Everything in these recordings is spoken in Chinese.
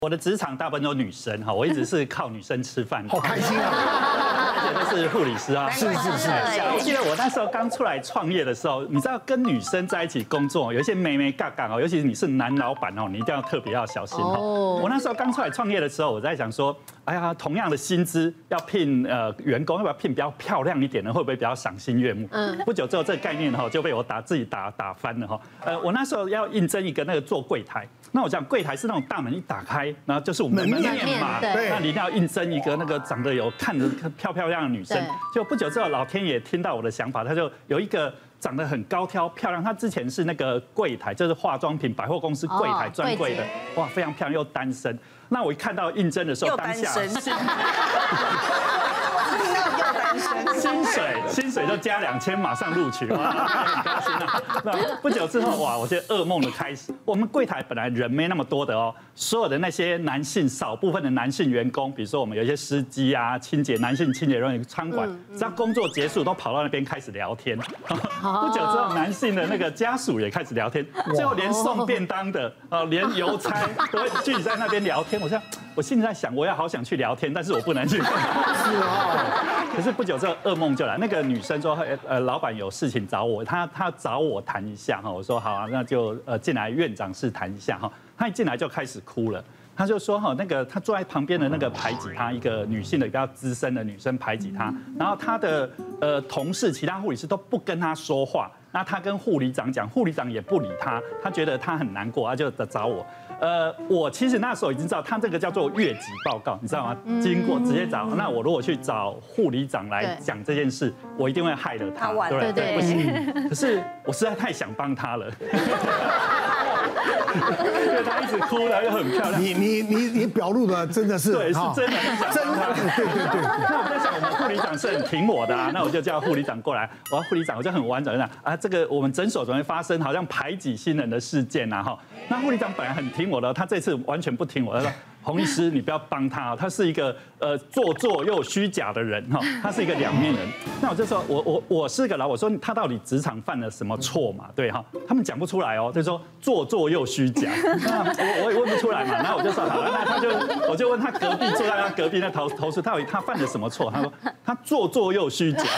我的职场大部分都女生哈，我一直是靠女生吃饭， 好开心啊！ 而且都是护理师啊， 是。 我记得我那时候刚出来创业的时候，你知道跟女生在一起工作，有一些妹妹嘎嘎哦，尤其是你是男老板哦，你一定要特别要小心哦。我那时候刚出来创业的时候，我在想说，哎呀，同样的薪资要聘员工，要不要聘比较漂亮一点的，会不会比较赏心悦目？不久之后这个概念哈就被我自己打翻了哈。我那时候要应征一个那个做柜台。那我讲柜台是那种大门一打开，然后就是我们的门面嘛，那你一定要应征一个那个长得有看着漂亮的女生。就不久之后，老天爷听到我的想法，他就有一个长得很高挑漂亮，她之前是那个柜台，就是化妆品百货公司柜台专柜的，哇，非常漂亮又单身。那我一看到应征的时候，当下薪水就加2000，马上录取，哇，很高兴啊！那不久之后，哇，我觉得噩梦的开始。我们柜台本来人没那么多的哦，所有的那些男性，少部分的男性员工，比如说我们有一些司机啊、男性清洁人员、餐馆，只要工作结束都跑到那边开始聊天。不久之后，男性的那个家属也开始聊天，最后连送便当的连邮差都会聚集在那边聊天。我心里在想，我要好想去聊天，但是我不能去。是哦。可是不久之后噩梦就来，那个女生说，老板有事情找我，她找我谈一下哈。我说好啊，那就进来院长室谈一下哈。她一进来就开始哭了，她就说哈，那个她坐在旁边的那个排挤她一个女性的比较资深的女生排挤她，然后她的同事其他护理师都不跟她说话。那他跟护理长讲，护理长也不理他，他觉得他很难过，他就找我。我其实那时候已经知道，他这个叫做越级报告，你知道吗？经过直接找。那我如果去找护理长来讲这件事，我一定会害了他，对，不行。可是我实在太想帮他了，因为他一直哭，然后又很漂亮。 你表露的真的是对，是真的， 真的，对。 那我在想，我们护理长是很挺我的啊，那我就叫护理长过来。我要护理长，我就很婉转的讲啊，这个我们诊所总会发生好像排挤新人的事件呐哈。那护理长本来很听我的，他这次完全不听我，他说洪医师你不要帮他，他是一个做作又虚假的人哈，他是一个两面人。那我就说我是个我说他到底职场犯了什么错嘛？对哈，他们讲不出来哦，就说做作又虚假，我也问不出来嘛。然后我就说好了，那我就问他隔壁坐在他隔壁那同事，他犯了什么错？他说他做作又虚假。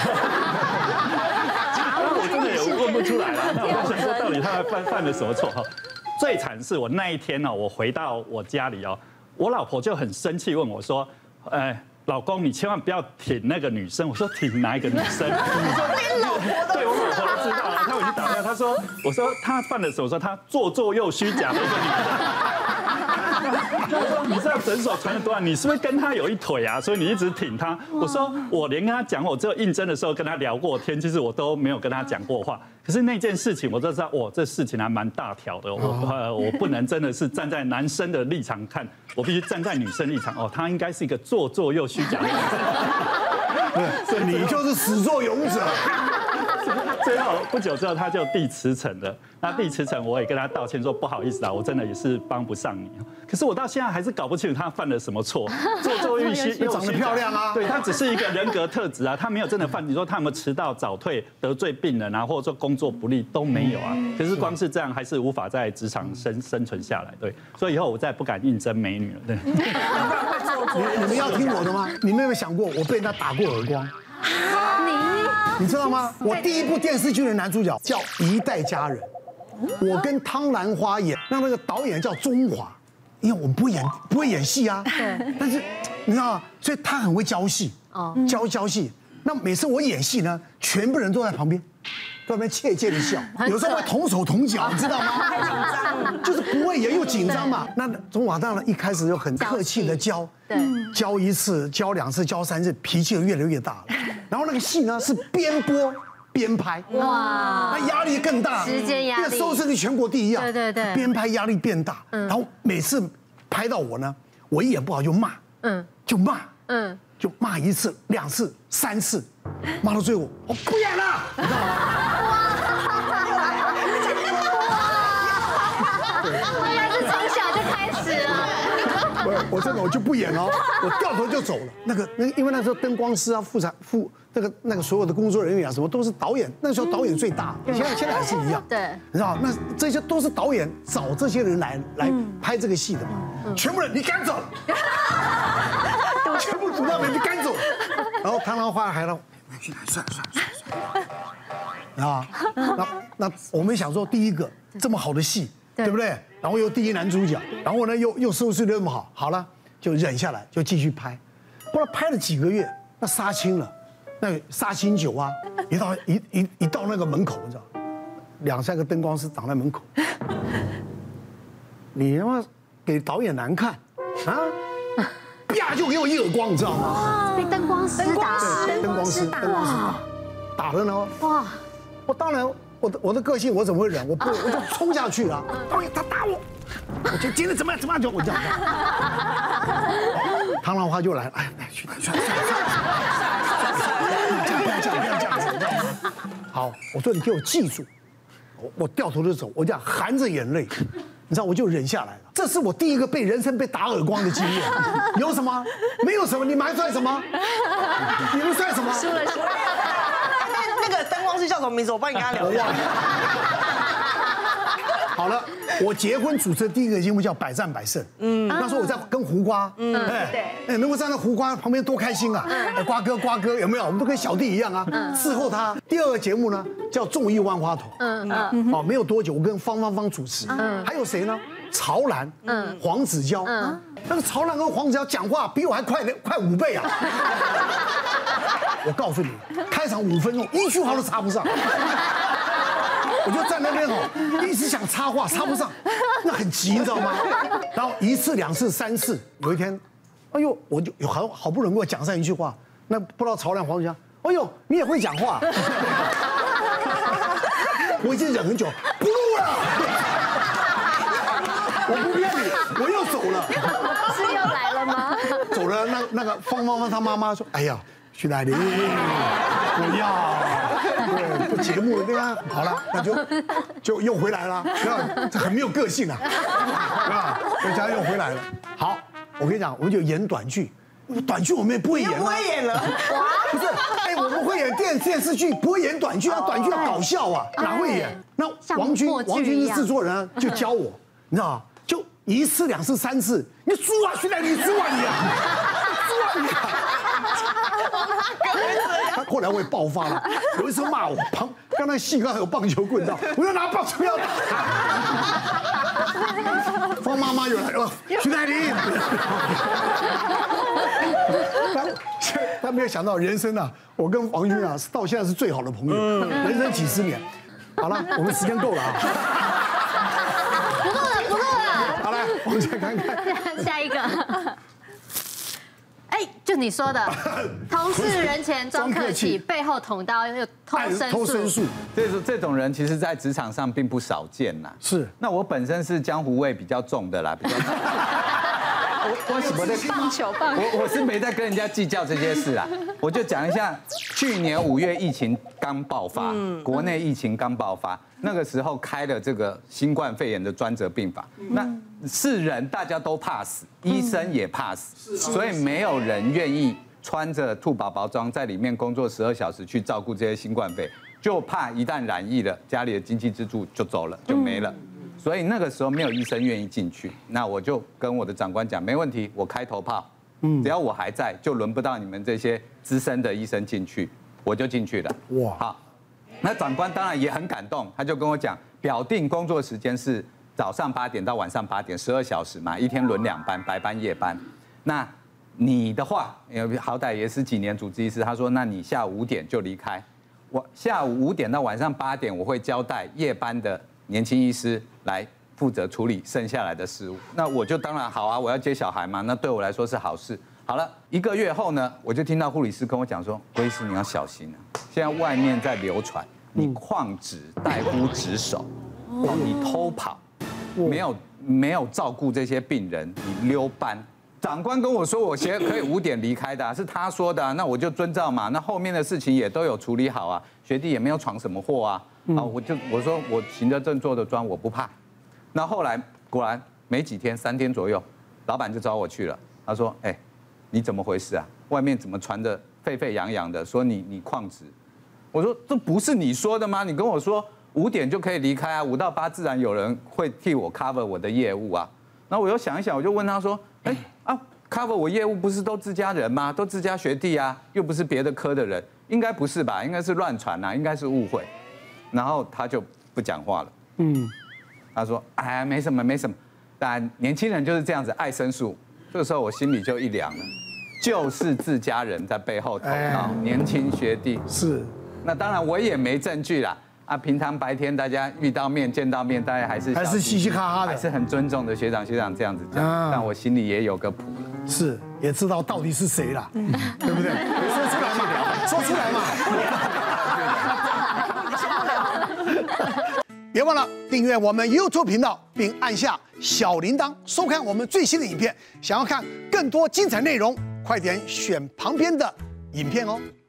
我真的也问不出来了。那我就想说，到底他犯了什么错？哈，最惨是我那一天呢，我回到我家里哦，我老婆就很生气问我说，老公，你千万不要挺那个女生。我说挺哪一个女生？ 连老婆都对，我老婆都知道了。她已经打电话，我说她犯了什么？说她做作又虚假的一个女生。他说：“你知道诊所传了多少？你是不是跟他有一腿啊？所以你一直挺他。”我说：“我连跟他讲，我只有应征的时候跟他聊过天，其实我都没有跟他讲过话。可是那件事情，我就知道，这事情还蛮大条的。我不能真的是站在男生的立场看，我必须站在女生立场。他应该是一个做作又虚假的女生。 所以你就是始作俑者。” 最后不久之后，他就递辞呈了。那递辞呈，我也跟他道歉说不好意思啊，我真的也是帮不上你。可是我到现在还是搞不清楚他犯了什么错。做作又虚， 又长得漂亮啊。 对，他只是一个人格特质啊，他没有真的犯。你说他有没有迟到、早退、得罪病人啊，或者说工作不力都没有啊。可是光是这样，还是无法在职场生存下来。对，所以以后我再也不敢应征美女了。对。 你们要听我的吗？你们有没有想过，我被人家打过耳光？你知道吗？我第一部电视剧的男主角叫《一代佳人》，我跟汤兰花演，那个导演叫钟华，因为我们不会演戏啊，但是你知道吗？所以他很会教戏，教戏。那每次我演戏呢，全部人都在旁边，在那边窃窃的笑，有时候会同手同脚，你知道吗？ 太紧张， 就是不会演又紧张嘛。那钟华当然一开始就很客气的教，教一次、教2次、教3次，脾气就越来越大了。然后那个戏呢是边播边拍，哇，那压力更大， 时间压力， 因为收视率全国第一啊， 对， 边拍压力变大，然后每次拍到我呢，我一演不好就骂，就骂1次、2次、3次，骂到最后我不演了，你知道吗？ 原来是从小就开始了。 我真的我就不演了，我掉头就走了。因为那时候灯光师啊、那个所有的工作人员啊，什么都是导演。那时候导演最大，现在还是一样。 对， 你知道那这些都是导演找这些人来拍这个戏的嘛。全部人你赶走，全部组到人你赶走。然后唐兰花还让算了啊，那我们想说第一个这么好的戏，对不对？然后又第一男主角，然后呢又收视率那么好，好了就忍下来，就继续拍。后来拍了几个月，那杀青了，那杀青酒啊，一到那个门口，你知道，2、3个灯光师挡在门口，你他妈给导演难看啊！啪就给我一耳光，你知道吗？ 被灯光师打， 灯光师打了呢。哇！我当然我的个性我怎么会忍？我就冲下去了。他打我，我就今天怎么样就我这样。唐兰花就来，哎，算了，不要这样。好，我说你给我记住，我掉头就走，我这样含着眼泪。你知道，我就忍下来了。这是我第一个人生被打耳光的经验。有什么？没有什么。你们还算什么？你们算什么？ 输了。 那个灯光师叫什么名字？我帮你跟他聊一下。 好了，我结婚主持的第一个节目叫《百战百胜》。那时候我在跟胡瓜，能够站在胡瓜旁边多开心啊！哎，瓜哥有没有？我们都跟小弟一样啊，伺候他。第二个节目呢叫《综艺万花筒》。没有多久，我跟方主持。还有谁呢？曹兰，黄子佼。那个曹兰跟黄子佼讲话比我还快5倍啊！我告诉你，开场5分钟，一句话都插不上。我就站那边哦，一直想插话，插不上，那很急，你知道吗？然后1次、2次、3次，有一天，哎呦，我就好不容易我讲上一句话，那不知道曹亮黄子佼，哎呦，你也会讲话，我已经忍很久，不录了，我不骗你，我又走了， 是又来了吗？ 走了，那个方他妈妈说，哎呀，徐乃麟，不要。对，节目对吧？好了，那就又回来了，这很没有个性啊，啊，人家又回来了。好，我跟你讲，我们就演短剧，短剧我们也不会演了， 不会演了， 不是？哎，我们会演电视剧，不会演短剧啊，短剧要搞笑啊，哪会演？那王军是制作人，就教我，你知道吗？就1次、2次、3次，你输啊，徐乃麟，输啊你啊，输啊你啊！他后来我也爆发了，有一次骂我，刚才戏刚有棒球棍到，我就拿棒球要打。方妈妈又来了，徐乃麟。他没有想到人生啊，我跟王军啊到现在是最好的朋友，人生几十年。好了，我们时间够了啊。 不录了。 好了，我们再看看下一个。哎，就你说的，同事人前装客气，背后捅刀又偷申诉。 这种人，其实在职场上并不少见呐。 是。 那我本身是江湖味比较重的啦，比较。我是没在跟人家计较这些事啦。我就讲一下，去年5月疫情刚爆发，国内疫情刚爆发，那个时候开了这个新冠肺炎的专责病法，那是人大家都怕死，医生也怕死，所以没有人愿意穿着兔宝宝装在里面工作12小时去照顾这些新冠肺，就怕一旦染疫了，家里的经济支柱就走了，就没了。所以那个时候没有医生愿意进去，那我就跟我的长官讲，没问题，我开头炮，只要我还在，就轮不到你们这些资深的医生进去，我就进去了。哇，好，那长官当然也很感动，他就跟我讲，表定工作时间是早上8点到晚上8点，12小时嘛，一天轮2班，白班夜班。那你的话，好歹也是几年主治医师，他说，那你下午5点就离开，我下午5点到晚上8点，我会交代夜班的年轻医师来负责处理剩下来的事务，那我就当然好啊，我要接小孩嘛，那对我来说是好事。好了，1个月后呢，我就听到护理师跟我讲说，郭医师你要小心啊，现在外面在流传你旷职、怠忽职守，你偷跑，没有照顾这些病人，你溜班。长官跟我说，我可以5点离开的，是他说的，那我就遵照嘛。那后面的事情也都有处理好啊，学弟也没有闯什么祸啊。我说我行得正坐得专，我不怕。那后来果然没几天，3天左右， 老板就找我去了，他说：“哎，你怎么回事啊？外面怎么传得沸沸扬扬的，说你旷职？”我说：“这不是你说的吗？你跟我说5点就可以离开啊，5到8自然有人会替我 cover 我的业务啊。”然后我又想一想，我就问他说：“哎啊 ，cover 我业务不是都自家人吗？都自家学弟啊，又不是别的科的人，应该不是吧？应该是乱传啊，应该是误会。”然后他就不讲话了。他说：“哎，没什么，没什么。但年轻人就是这样子，爱申诉。”这个时候我心里就一凉了，就是自家人在背后捅刀，年轻学弟是。 那当然我也没证据啦。啊，平常白天大家遇到面见到面，大家还是嘻嘻哈哈的， 还是很尊重的学长这样子讲。但我心里也有个谱了， 是也知道到底是谁了，对不对？说出来嘛，说出来嘛。别忘了订阅我们 YouTube 频道，并按下小铃铛，收看我们最新的影片。想要看更多精彩内容，快点选旁边的影片哦。